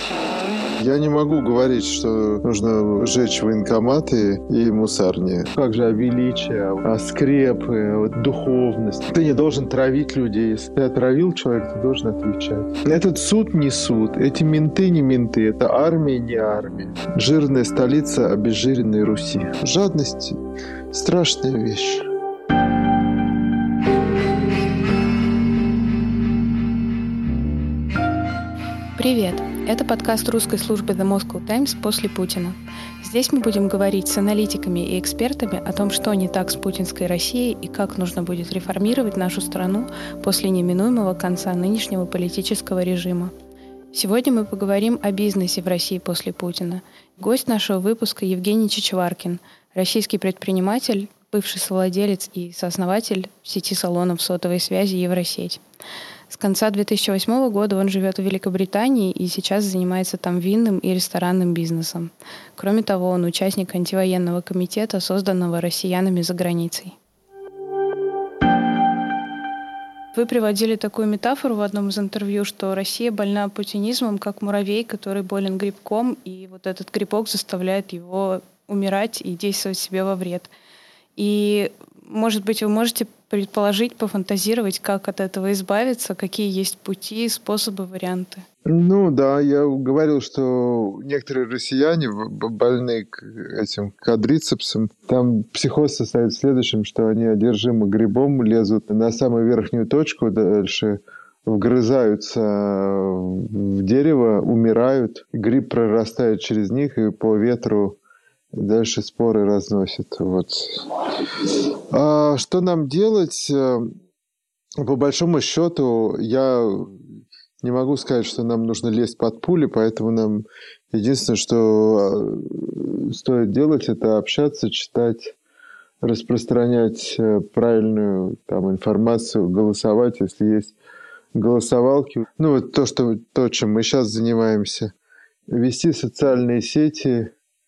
Я не могу говорить, что нужно сжечь военкоматы и мусарни. Как же о величии, о скрепы, о духовности. Ты не должен травить людей. Если ты отравил человека, ты должен отвечать. Этот суд не суд, эти менты не менты, это армия не армия. Жирная столица обезжиренной Руси. Жадность – страшная вещь. Привет! Это подкаст русской службы The Moscow Times «После Путина». Здесь мы будем говорить с аналитиками и экспертами о том, что не так с путинской Россией и как нужно будет реформировать нашу страну после неминуемого конца нынешнего политического режима. Сегодня мы поговорим о бизнесе в России после Путина. Гость нашего выпуска Евгений Чичваркин, российский предприниматель, бывший совладелец и сооснователь сети салонов сотовой связи «Евросеть». С конца 2008 года он живет в Великобритании и сейчас занимается там винным и ресторанным бизнесом. Кроме того, он участник антивоенного комитета, созданного россиянами за границей. Вы приводили такую метафору в одном из интервью, что Россия больна путинизмом, как муравей, который болен грибком, и вот этот грибок заставляет его умирать и действовать себе во вред. И, может быть, вы можете предположить, пофантазировать, как от этого избавиться, какие есть пути, способы, варианты? Ну да, я говорил, что некоторые россияне больны этим квадрицепсом. Там психоз состоит в следующем, что они одержимы грибом, лезут на самую верхнюю точку, дальше вгрызаются в дерево, умирают. Гриб прорастает через них и по ветру дальше споры разносит. Вот. А что нам делать? По большому счету, я не могу сказать, что нам нужно лезть под пули, поэтому нам единственное, что стоит делать, это общаться, читать, распространять правильную информацию, голосовать, если есть голосовалки. Ну, вот то, чем мы сейчас занимаемся. Вести социальные сети.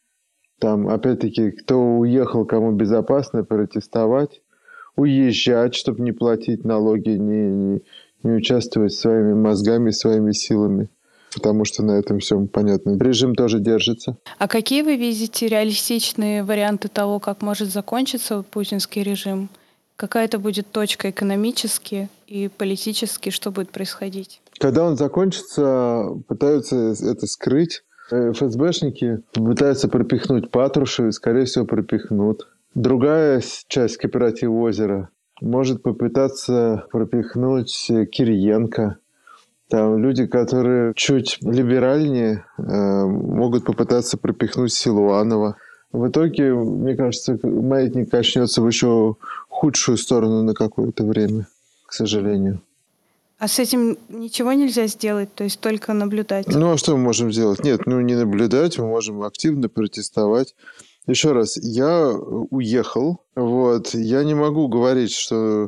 Там, опять-таки, кто уехал, кому безопасно, протестовать, уезжать, чтобы не платить налоги, не участвовать своими мозгами, своими силами, потому что на этом всем понятно. Режим тоже держится. А какие вы видите реалистичные варианты того, как может закончиться путинский режим? Какая это будет точка экономически и политически, что будет происходить? Когда он закончится, пытаются это скрыть. ФСБшники пытаются пропихнуть Патрушева, скорее всего, пропихнут. Другая часть кооператива «Озеро» может попытаться пропихнуть Кириенко. Там люди, которые чуть либеральнее, могут попытаться пропихнуть Силуанова. В итоге, мне кажется, маятник качнется в еще худшую сторону на какое-то время, к сожалению. А с этим ничего нельзя сделать, то есть только наблюдать? Ну, а что мы можем сделать? Нет, не наблюдать, мы можем активно протестовать. Еще раз, я уехал, я не могу говорить, что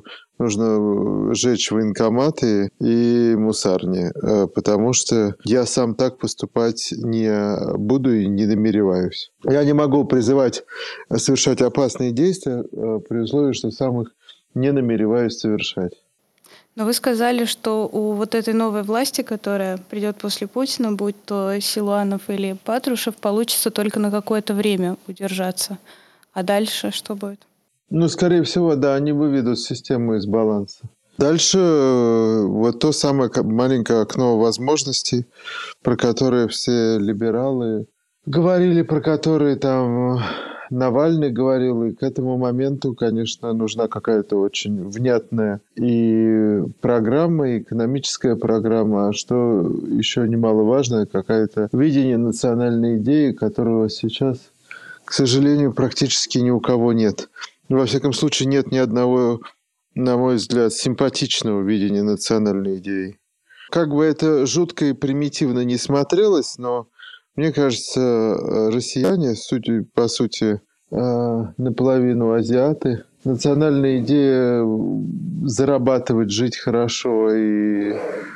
нужно сжечь военкоматы и мусарни, потому что я сам так поступать не буду и не намереваюсь. Я не могу призывать совершать опасные действия при условии, что сам их не намереваюсь совершать. Но вы сказали, что у вот этой новой власти, которая придет после Путина, будь то Силуанов или Патрушев, получится только на какое-то время удержаться. А дальше что будет? Ну, скорее всего, да, они выведут систему из баланса. Дальше вот то самое маленькое окно возможностей, про которое все либералы говорили, про которые там Навальный говорил, и к этому моменту, конечно, нужна какая-то очень внятная и программа, и экономическая программа, а что еще немаловажно, какое-то видение национальной идеи, которого сейчас, к сожалению, практически ни у кого нет. Во всяком случае, нет ни одного, на мой взгляд, симпатичного видения национальной идеи. Как бы это жутко и примитивно не смотрелось, но мне кажется, россияне, по сути, наполовину азиаты. Национальная идея зарабатывать, жить хорошо и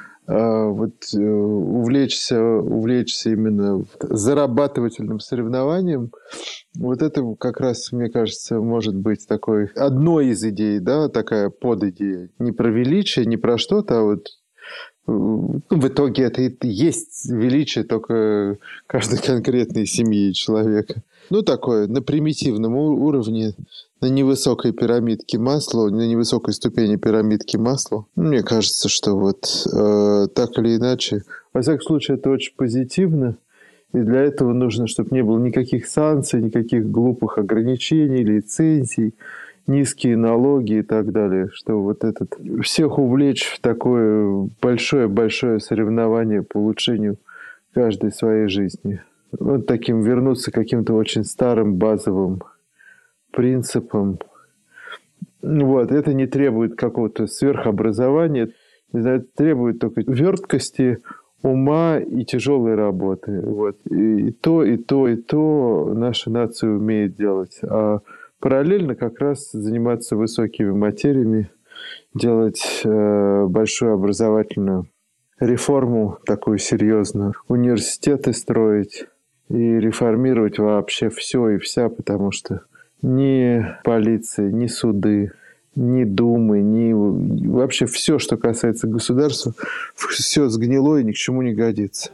увлечься именно зарабатывательным соревнованием, вот это как раз, мне кажется, может быть такой одной из идей, да, такая подидея. Не про величие, не про что-то, а вот в итоге это и есть величие только каждой конкретной семьи и человека. Такое, на примитивном уровне, на невысокой пирамидке Маслоу, на невысокой ступени пирамидки Маслоу. Мне кажется, что так или иначе, во всяком случае, это очень позитивно. И для этого нужно, чтобы не было никаких санкций, никаких глупых ограничений, лицензий, низкие налоги и так далее. Что всех увлечь в такое большое-большое соревнование по улучшению каждой своей жизни. Таким вернуться к каким-то очень старым базовым принципам. Это не требует какого-то сверхобразования. Это требует только верткости, ума и тяжелой работы. И то наша нация умеет делать. А параллельно как раз заниматься высокими материями, делать большую образовательную реформу, такую серьезную, университеты строить и реформировать вообще все и вся, потому что ни полиция, ни суды, ни думы, ни вообще все, что касается государства, все сгнило и ни к чему не годится.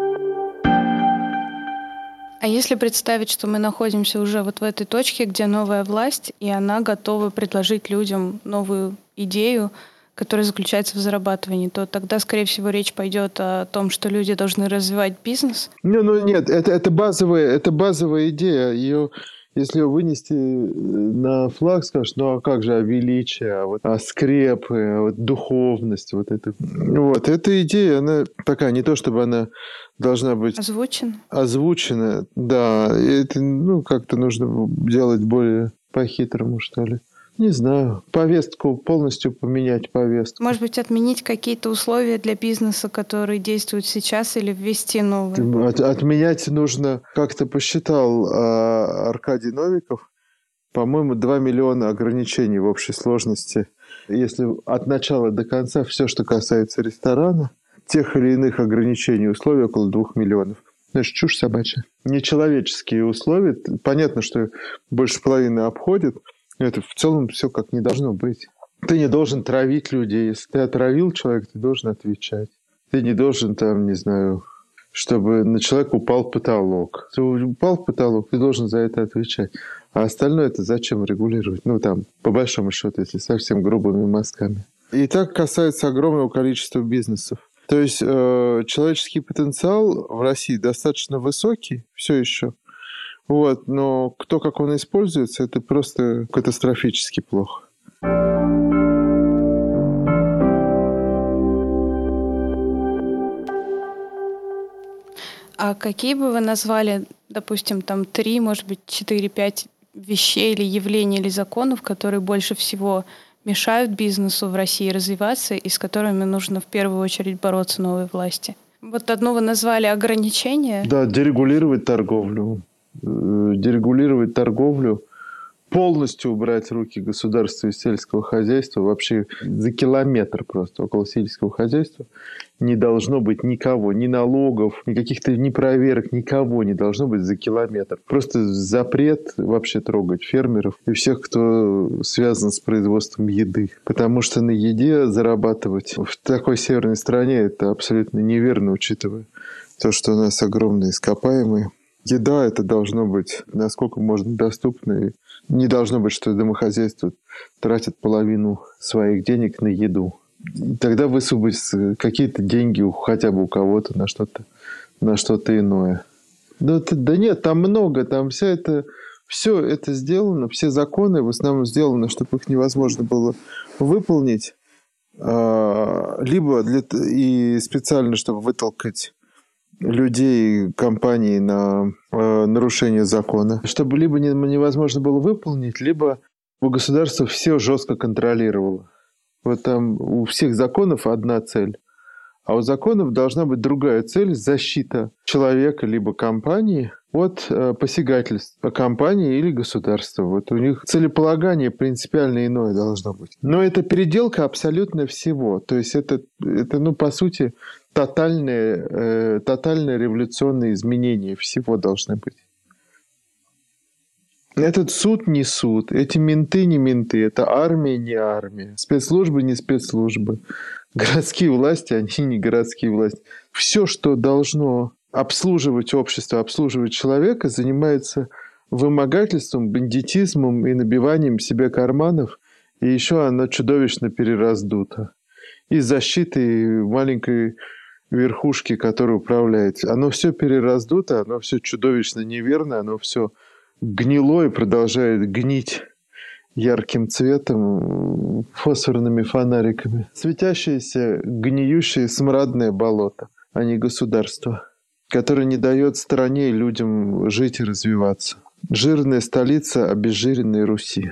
А если представить, что мы находимся уже в этой точке, где новая власть, и она готова предложить людям новую идею, которая заключается в зарабатывании, то тогда, скорее всего, речь пойдет о том, что люди должны развивать бизнес? Нет, это базовая идея. Если ее вынести на флаг, скажешь, а как же о величии, о скрепы, духовность, это. Эта идея, она такая, не то чтобы она должна быть озвучена, да. Это, как-то нужно делать более по-хитрому, что ли. Не знаю. Полностью поменять повестку. Может быть, отменить какие-то условия для бизнеса, которые действуют сейчас, или ввести новые? Отменять нужно, как-то посчитал Аркадий Новиков, по-моему, 2 миллиона ограничений в общей сложности. Если от начала до конца все, что касается ресторана, тех или иных ограничений, условий около 2 миллионов. Знаешь, чушь собачья. Нечеловеческие условия. Понятно, что больше половины обходит. Это в целом все как не должно быть. Ты не должен травить людей. Если ты отравил человека, ты должен отвечать. Ты не должен чтобы на человека упал потолок. Если упал потолок, ты должен за это отвечать. А остальное это зачем регулировать? По большому счету, если совсем грубыми мазками. И так касается огромного количества бизнесов. То есть человеческий потенциал в России достаточно высокий, все еще. Но как он используется, это просто катастрофически плохо. А какие бы вы назвали, допустим, 3, может быть, 4-5 вещей или явлений или законов, которые больше всего мешают бизнесу в России развиваться и с которыми нужно в первую очередь бороться новой власти? Одно вы назвали ограничения. Да, дерегулировать торговлю, полностью убрать руки государства из сельского хозяйства. Вообще за километр просто около сельского хозяйства не должно быть никого, ни налогов, ни проверок, никого не должно быть за километр. Просто запрет вообще трогать фермеров и всех, кто связан с производством еды. Потому что на еде зарабатывать в такой северной стране это абсолютно неверно, учитывая то, что у нас огромные ископаемые. Еда это должно быть насколько можно доступно. И не должно быть, что домохозяйство тратит половину своих денег на еду. И тогда высвободятся какие-то деньги хотя бы у кого-то на что-то иное. Да нет, там много, там все это сделано, все законы в основном сделаны, чтобы их невозможно было выполнить, либо и специально, чтобы вытолкать людей, компаний на нарушение закона, чтобы либо невозможно было выполнить, либо государство все жестко контролировало. Там у всех законов одна цель, а у законов должна быть другая цель – защита человека либо компании от посягательств компании или государства. У них целеполагание принципиально иное должно быть. Но это переделка абсолютно всего. То есть это по сути, тотальное революционное изменение всего должны быть. Этот суд не суд, эти менты не менты, это армия не армия, спецслужбы не спецслужбы, городские власти, они не городские власти. Все, что должно обслуживать общество, обслуживать человека, занимается вымогательством, бандитизмом и набиванием себе карманов. И еще оно чудовищно перераздуто. И защитой маленькой верхушки, которая управляет. Оно все перераздуто, оно все чудовищно неверно, оно все гнило и продолжает гнить ярким цветом, фосфорными фонариками. Светящееся, гниющее, смрадное болото, а не государство, которое не дает стране и людям жить и развиваться. Жирная столица обезжиренной Руси.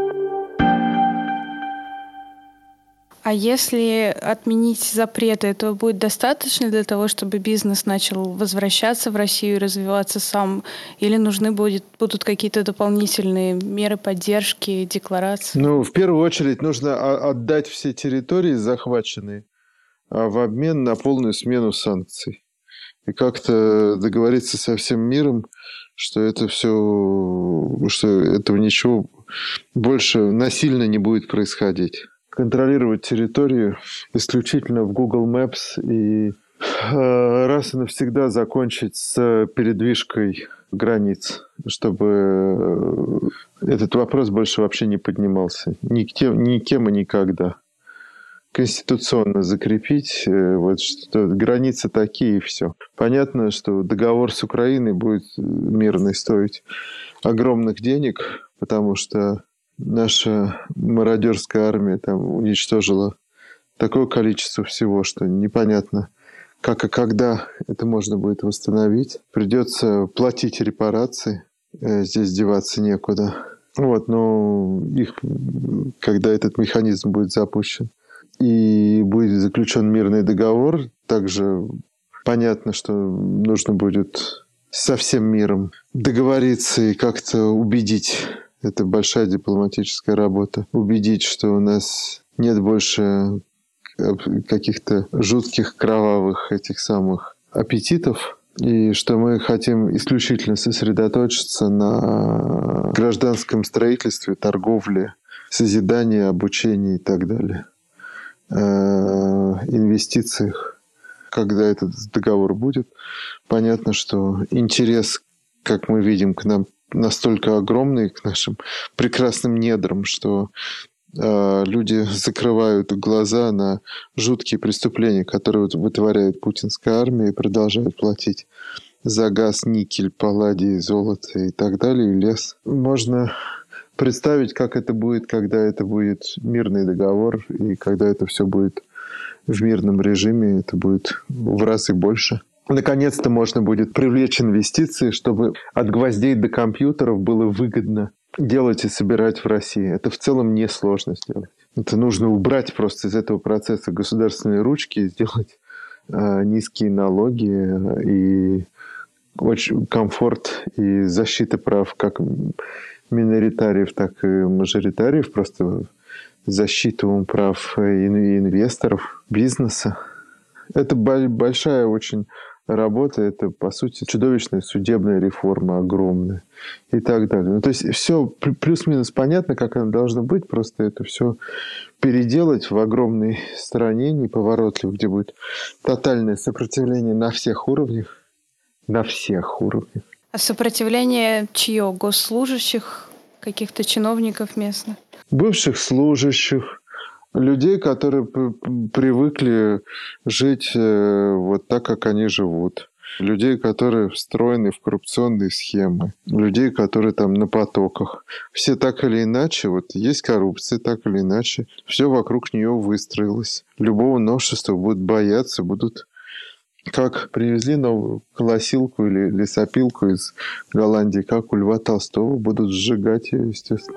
А если отменить запреты, этого будет достаточно для того, чтобы бизнес начал возвращаться в Россию и развиваться сам? Или нужны будут какие-то дополнительные меры поддержки, декларации? В первую очередь нужно отдать все территории захваченные в обмен на полную смену санкций. И как-то договориться со всем миром, что это все, что этого ничего больше насильно не будет происходить. Контролировать территорию исключительно в Google Maps и раз и навсегда закончить с передвижкой границ, чтобы этот вопрос больше вообще не поднимался. Никем и никогда. Конституционно закрепить, что границы такие, и все. Понятно, что договор с Украиной будет мирный стоить огромных денег, потому что наша мародерская армия там уничтожила такое количество всего, что непонятно, как и когда это можно будет восстановить. Придется платить репарации, здесь деваться некуда. Но когда этот механизм будет запущен и будет заключен мирный договор, также понятно, что нужно будет со всем миром договориться и как-то убедить. Это большая дипломатическая работа. Убедить, что у нас нет больше каких-то жутких, кровавых этих самых аппетитов, и что мы хотим исключительно сосредоточиться на гражданском строительстве, торговле, созидании, обучении и так далее. Инвестициях. Когда этот договор будет, понятно, что интерес, как мы видим, к нам настолько огромный, к нашим прекрасным недрам, что люди закрывают глаза на жуткие преступления, которые вытворяет путинская армия, и продолжают платить за газ, никель, палладий, золото и так далее, и лес. Можно представить, как это будет, когда это будет мирный договор, и когда это все будет в мирном режиме, это будет в разы больше. Наконец-то можно будет привлечь инвестиции, чтобы от гвоздей до компьютеров было выгодно делать и собирать в России. Это в целом несложно сделать. Это нужно убрать просто из этого процесса государственные ручки, сделать низкие налоги и очень комфорт и защита прав как миноритариев, так и мажоритариев, просто защиту прав инвесторов, бизнеса. Это большая очень работа, это, по сути, чудовищная судебная реформа, огромная и так далее. То есть все плюс-минус понятно, как оно должно быть, просто это все переделать в огромной стране неповоротливой, где будет тотальное сопротивление на всех уровнях. На всех уровнях. А сопротивление чье? Госслужащих, каких-то чиновников местных? Бывших служащих, людей, которые привыкли жить вот так, как они живут. Людей, которые встроены в коррупционные схемы. Людей, которые там на потоках. Все так или иначе, вот есть коррупция, так или иначе, все вокруг нее выстроилось. Любого новшества будут бояться, будут... Как привезли новую колосилку или лесопилку из Голландии, как у Льва Толстого, будут сжигать ее, естественно.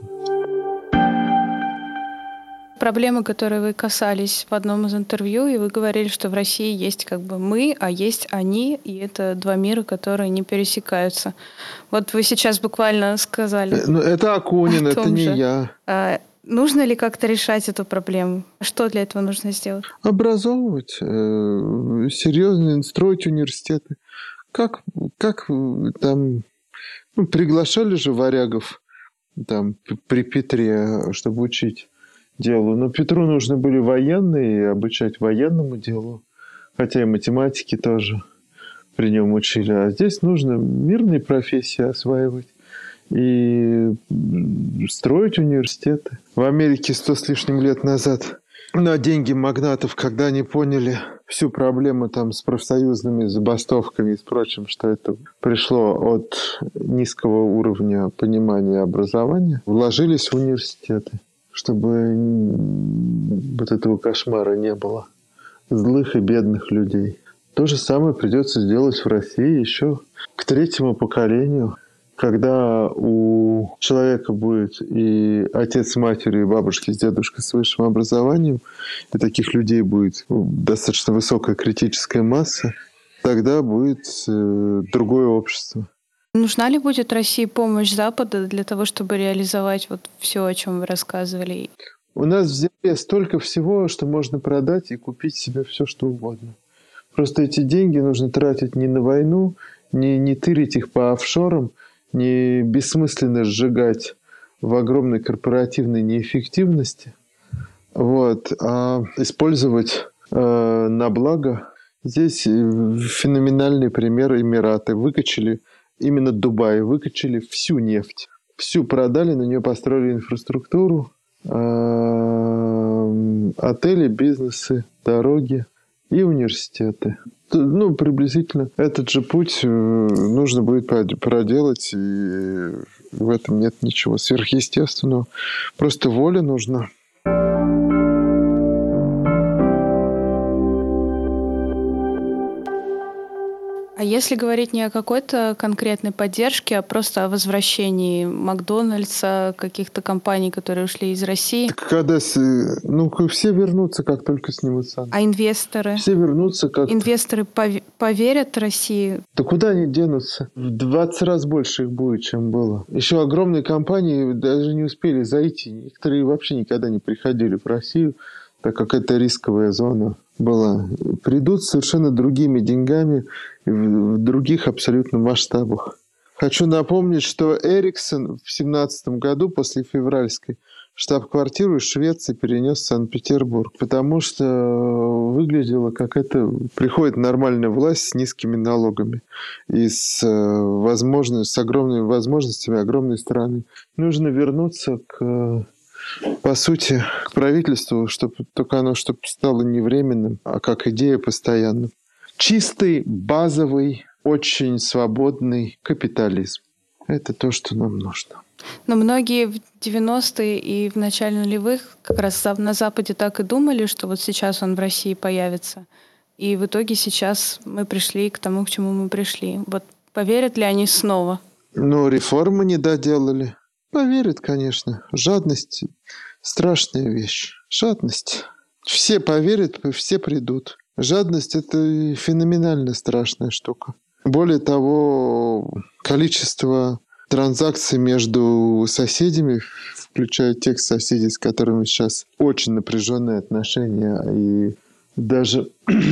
Проблемы, которые вы касались в одном из интервью, и вы говорили, что в России есть как бы мы, а есть они, и это два мира, которые не пересекаются. Вот вы сейчас буквально сказали. Это Акунин, это не я. Нужно ли как-то решать эту проблему? Что для этого нужно сделать? Образовывать, серьезно строить университеты. Как там... приглашали же варягов там, при Петре, чтобы учить делу. Но Петру нужны были военные, и обучать военному делу. Хотя и математики тоже при нем учили. А здесь нужно мирные профессии осваивать и строить университеты. В Америке 100 с лишним лет назад на деньги магнатов, когда они поняли всю проблему там с профсоюзными забастовками и с прочим, что это пришло от низкого уровня понимания образования, вложились в университеты, чтобы вот этого кошмара не было. Злых и бедных людей. То же самое придется сделать в России еще к 3-му поколению, когда у человека будет и отец с матерью, и бабушки с дедушкой с высшим образованием, и таких людей будет достаточно высокая критическая масса, тогда будет другое общество. Нужна ли будет России помощь Запада для того, чтобы реализовать вот все, о чем вы рассказывали? У нас в земле столько всего, что можно продать и купить себе все, что угодно. Просто эти деньги нужно тратить не на войну, не тырить их по офшорам, не бессмысленно сжигать в огромной корпоративной неэффективности, а использовать на благо. Здесь феноменальный пример Эмираты. Выкачали, именно Дубай, выкачали всю нефть. Всю продали, на нее построили инфраструктуру, отели, бизнесы, дороги и университеты. Приблизительно этот же путь нужно будет проделать, и в этом нет ничего сверхъестественного. Просто воля нужна. А если говорить не о какой-то конкретной поддержке, а просто о возвращении Макдональдса, каких-то компаний, которые ушли из России? Когда все вернутся, как только снимут санкции. А инвесторы? Все вернутся, как... Инвесторы поверят России? Да куда они денутся? В 20 раз больше их будет, чем было. Еще огромные компании даже не успели зайти. Некоторые вообще никогда не приходили в Россию, так как это рисковая зона была. Придут совершенно другими деньгами в других абсолютно масштабах. Хочу напомнить, что Эриксон в 2017 году после февральской штаб-квартиру из Швеции перенес в Санкт-Петербург, потому что выглядело, как это приходит нормальная власть с низкими налогами и с огромными возможностями огромной страны. Нужно вернуться по сути, к правительству, чтобы оно стало не временным, а как идея постоянным. Чистый, базовый, очень свободный капитализм. Это то, что нам нужно. Но многие в 90-е и в начале нулевых как раз на Западе так и думали, что вот сейчас он в России появится. И в итоге сейчас мы пришли к тому, к чему мы пришли. Вот поверят ли они снова? Реформы не доделали. Поверят, конечно. Жадность – страшная вещь. Жадность. Все поверят, все придут. Жадность – это феноменально страшная штука. Более того, количество транзакций между соседями, включая тех соседей, с которыми сейчас очень напряженные отношения, и даже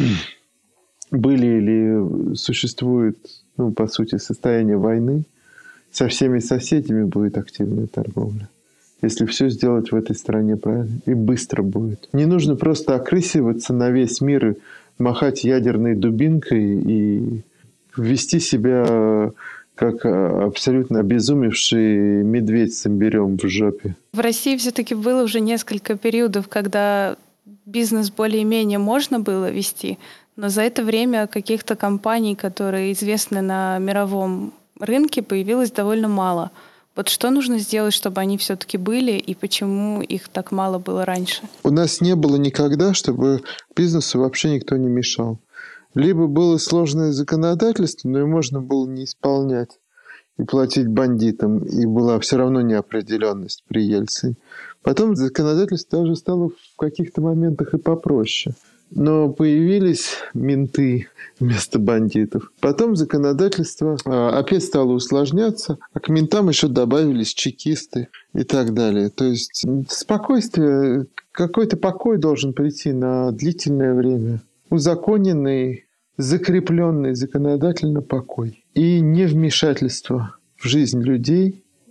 были или существует, по сути, состояние войны, со всеми соседями будет активная торговля. Если все сделать в этой стране правильно. И быстро будет. Не нужно просто окрысиваться на весь мир и махать ядерной дубинкой и вести себя как абсолютно обезумевший медведь с имбирем в жопе. В России все-таки было уже несколько периодов, когда бизнес более-менее можно было вести, но за это время каких-то компаний, которые известны на мировом рынке, появилось довольно мало. Вот что нужно сделать, чтобы они все-таки были, и почему их так мало было раньше? У нас не было никогда, чтобы бизнесу вообще никто не мешал. Либо было сложное законодательство, но и можно было не исполнять и платить бандитам, и была все равно неопределенность при Ельцине. Потом законодательство даже стало в каких-то моментах и попроще. Но появились менты вместо бандитов. Потом законодательство опять стало усложняться, а к ментам еще добавились чекисты и так далее. То есть спокойствие, какой-то покой должен прийти на длительное время. Узаконенный, закрепленный законодательно покой. И невмешательство в жизнь людей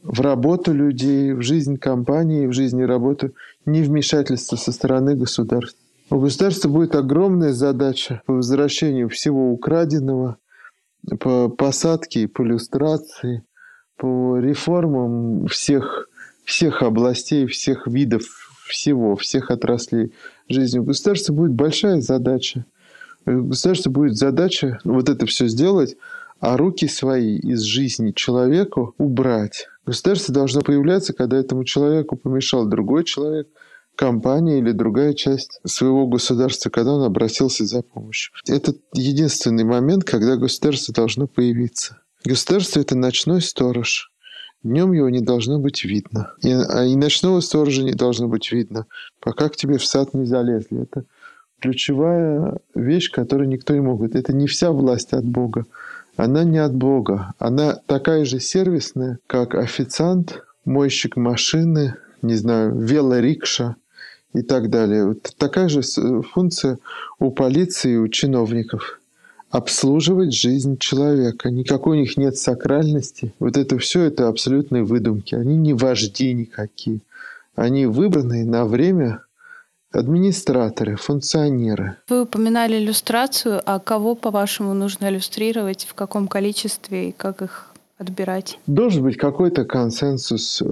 в работу людей, в жизнь компании, в жизнь и работу невмешательство со стороны государства. У государства будет огромная задача по возвращению всего украденного, по посадке и по люстрации, по реформам всех областей, всех видов всего, всех отраслей жизни. У государства будет большая задача. У государства будет задача вот это все сделать, а руки свои из жизни человеку убрать. Государство должно появляться, когда этому человеку помешал другой человек, компания или другая часть своего государства, когда он обратился за помощью. Это единственный момент, когда государство должно появиться. Государство – это ночной сторож. Днем его не должно быть видно. И ночного сторожа не должно быть видно, пока к тебе в сад не залезли. Это ключевая вещь, которую никто не может. Это не вся власть от Бога. Она не от Бога. Она такая же сервисная, как официант, мойщик машины, не знаю, велорикша и так далее. Вот такая же функция у полиции и у чиновников. Обслуживать жизнь человека. Никакой у них нет сакральности. Вот это все это абсолютные выдумки. Они не вожди никакие. Они выбранные на время администраторы, функционеры. Вы упоминали иллюстрацию, а кого, по-вашему, нужно иллюстрировать, в каком количестве и как их отбирать? Должен быть какой-то консенсус.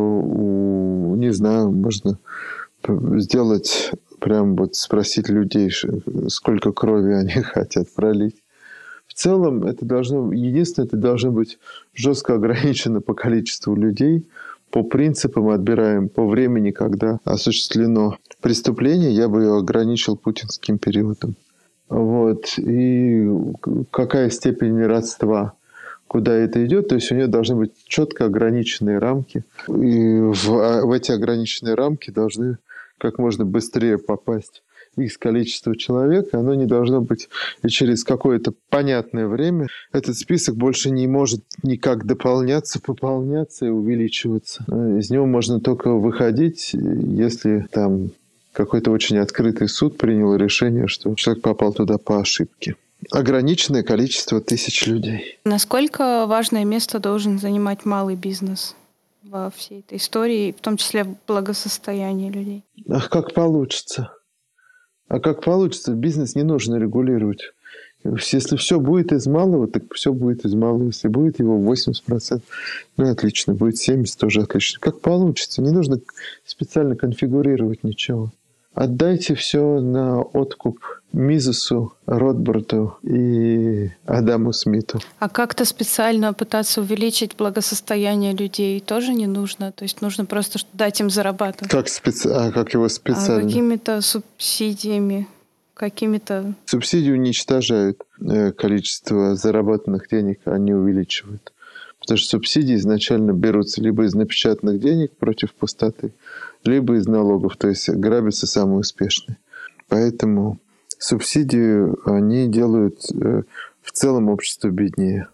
Не знаю, можно сделать, прям вот спросить людей, сколько крови они хотят пролить. В целом, это должно быть жестко ограничено по количеству людей. По принципам отбираем, по времени, когда осуществлено преступление, я бы ее ограничил путинским периодом. Вот. И какая степень родства, куда это идет, то есть у нее должны быть четко ограниченные рамки. И в эти ограниченные рамки должны как можно быстрее попасть X количество человек, оно не должно быть и через какое-то понятное время. Этот список больше не может никак дополняться, пополняться и увеличиваться. Из него можно только выходить, если там какой-то очень открытый суд принял решение, что человек попал туда по ошибке. Ограниченное количество тысяч людей. Насколько важное место должен занимать малый бизнес во всей этой истории, в том числе в благосостоянии людей? Ах, как получится. А как получится, бизнес не нужно регулировать. Если все будет из малого, так все будет из малого. Если будет его 80%, ну отлично, будет 70%, тоже отлично. Как получится, не нужно специально конфигурировать ничего. Отдайте все на откуп Мизесу, Ротбарту и Адаму Смиту. А как-то специально пытаться увеличить благосостояние людей тоже не нужно? То есть нужно просто дать им зарабатывать? Как его специально? Какими-то субсидиями, какими-то... Субсидии уничтожают количество заработанных денег, а не увеличивают. Потому что субсидии изначально берутся либо из напечатанных денег против пустоты, либо из налогов, то есть грабятся самые успешные. Поэтому субсидии, они делают в целом общество беднее.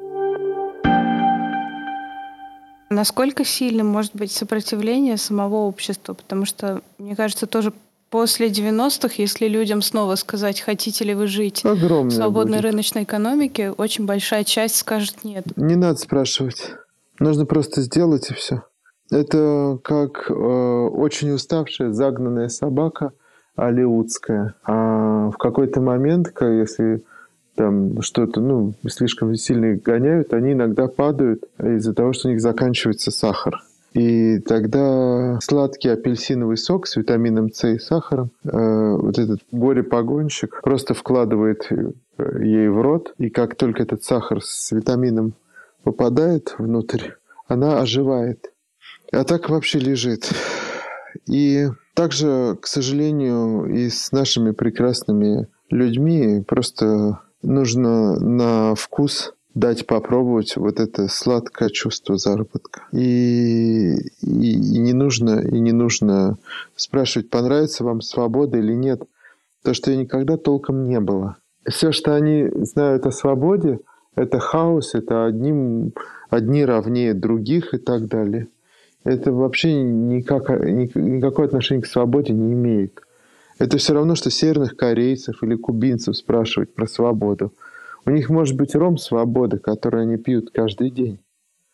Насколько сильным может быть сопротивление самого общества? Потому что, мне кажется, тоже после 90-х, если людям снова сказать, хотите ли вы жить в свободной рыночной экономике, очень большая часть скажет нет. Не надо спрашивать. Нужно просто сделать и все. Это как очень уставшая, загнанная собака алеутская. А в какой-то момент, если там что-то слишком сильно их гоняют, они иногда падают из-за того, что у них заканчивается сахар. И тогда сладкий апельсиновый сок с витамином С и сахаром, вот этот горе-погонщик просто вкладывает ей в рот, и как только этот сахар с витамином попадает внутрь, она оживает. А так вообще лежит. И также, к сожалению, и с нашими прекрасными людьми просто нужно на вкус дать попробовать вот это сладкое чувство заработка. И не нужно спрашивать, понравится вам свобода или нет. Потому что ее никогда толком не было. Все, что они знают о свободе, это хаос, это одни равнее других и так далее. Это вообще никакое отношение к свободе не имеет. Это все равно, что северных корейцев или кубинцев спрашивать про свободу. У них может быть ром свободы, который они пьют каждый день.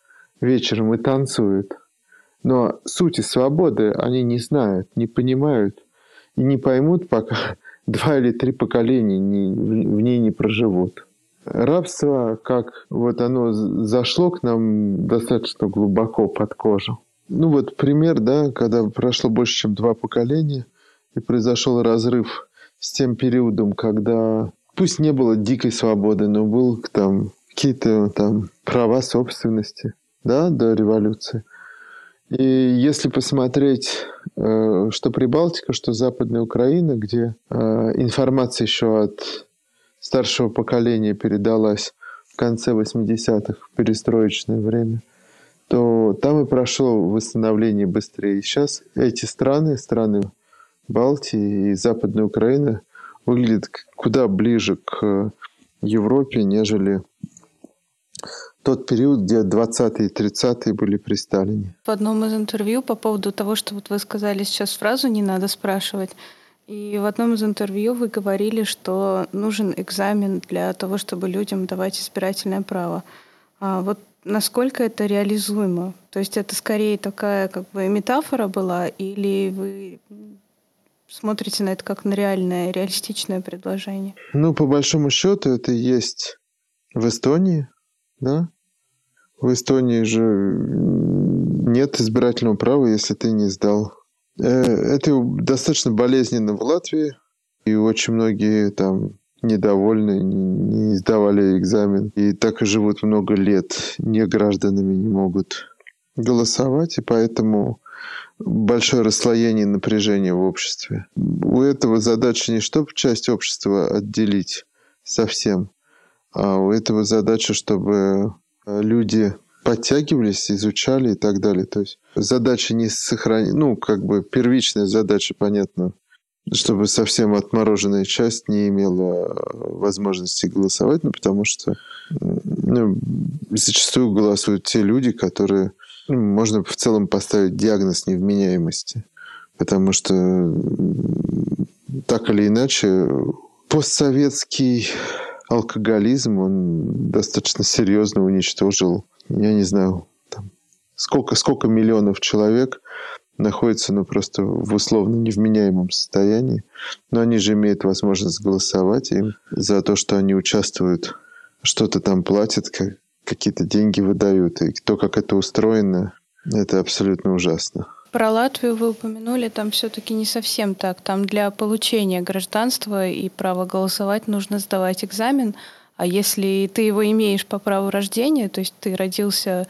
вечером и танцуют. Но сути свободы они не знают, не понимают и не поймут, пока 2 или 3 поколения в ней не проживут. Рабство, как вот оно зашло к нам достаточно глубоко под кожу. Ну вот пример, да, когда прошло больше, чем 2 поколения, и произошел разрыв с тем периодом, когда пусть не было дикой свободы, но был там какие-то там права собственности, да, до революции. И если посмотреть, что Прибалтика, что Западная Украина, где информация еще от старшего поколения передалась в конце 80-х, в перестроечное время, то там и прошло восстановление быстрее. Сейчас эти страны Балтии и Западная Украина выглядят куда ближе к Европе, нежели тот период, где 20-е и 30-е были при Сталине. В одном из интервью по поводу того, что вот вы сказали сейчас фразу «не надо спрашивать», и в одном из интервью вы говорили, что нужен экзамен для того, чтобы людям давать избирательное право. А вот насколько это реализуемо? То есть это скорее такая как бы метафора была, или вы смотрите на это как на реальное, реалистичное предложение? Ну, по большому счету, это есть в Эстонии, да? В Эстонии же нет избирательного права, если ты не сдал. Это достаточно болезненно в Латвии, и очень многие там недовольны, не сдавали экзамен, и так и живут много лет, не гражданами не могут голосовать, и поэтому большое расслоение напряжения в обществе. У этого задача не чтобы часть общества отделить совсем, а у этого задача, чтобы люди подтягивались, изучали и так далее. То есть задача не сохранить, ну, как бы первичная задача, понятно, чтобы совсем отмороженная часть не имела возможности голосовать, ну, потому что зачастую голосуют те люди, которые можно в целом поставить диагноз невменяемости. Потому что так или иначе постсоветский алкоголизм, он достаточно серьезно уничтожил, я не знаю, там, сколько миллионов человек находятся просто в условно невменяемом состоянии, но они же имеют возможность голосовать, и за то, что они участвуют, что-то там платят, какие-то деньги выдают, и то, как это устроено, это абсолютно ужасно. Про Латвию вы упомянули, там все-таки не совсем так. Там для получения гражданства и права голосовать нужно сдавать экзамен, а если ты его имеешь по праву рождения, то есть ты родился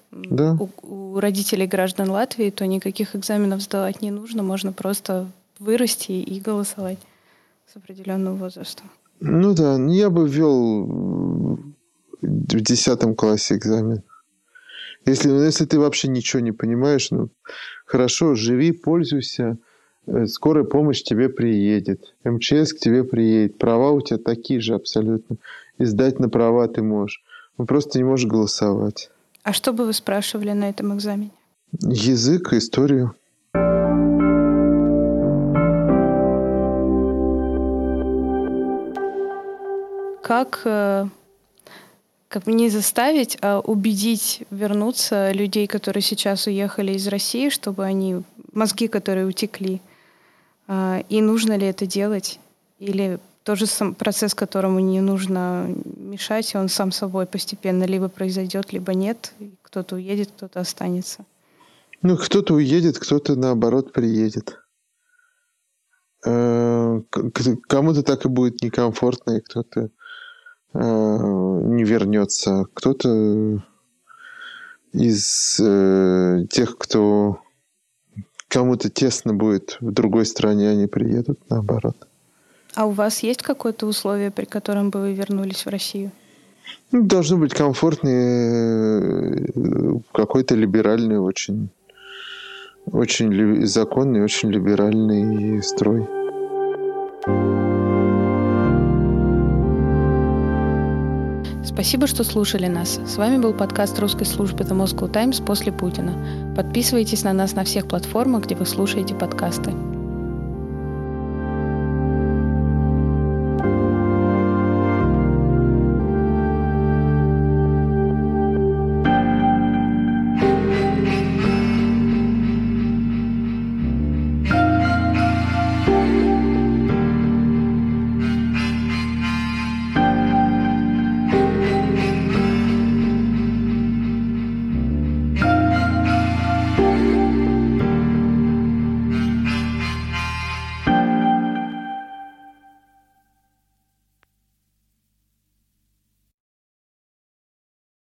у родителей граждан Латвии, то никаких экзаменов сдавать не нужно, можно просто вырасти и голосовать с определенного возраста. Ну да, я бы ввел в 10 классе экзамен. Если ты вообще ничего не понимаешь, хорошо, живи, пользуйся, скорая помощь к тебе приедет, МЧС к тебе приедет, права у тебя такие же абсолютно, и сдать на права ты можешь, просто не можешь голосовать. А что бы вы спрашивали на этом экзамене? Язык, историю. Как не заставить, а убедить вернуться людей, которые сейчас уехали из России, чтобы они, мозги, которые утекли, и нужно ли это делать? Или тоже процесс, которому не нужно мешать, он сам собой постепенно либо произойдет, либо нет, кто-то уедет, кто-то останется? Кто-то уедет, кто-то, наоборот, приедет. Кому-то так и будет некомфортно, и кто-то не вернется. Кто-то из тех, кто кому-то тесно будет в другой стране, они приедут, наоборот. А у вас есть какое-то условие, при котором бы вы вернулись в Россию? Должно быть комфортный, какой-то либеральный, очень законный, очень либеральный строй. Спасибо, что слушали нас. С вами был подкаст русской службы The Moscow Times «После Путина». Подписывайтесь на нас на всех платформах, где вы слушаете подкасты.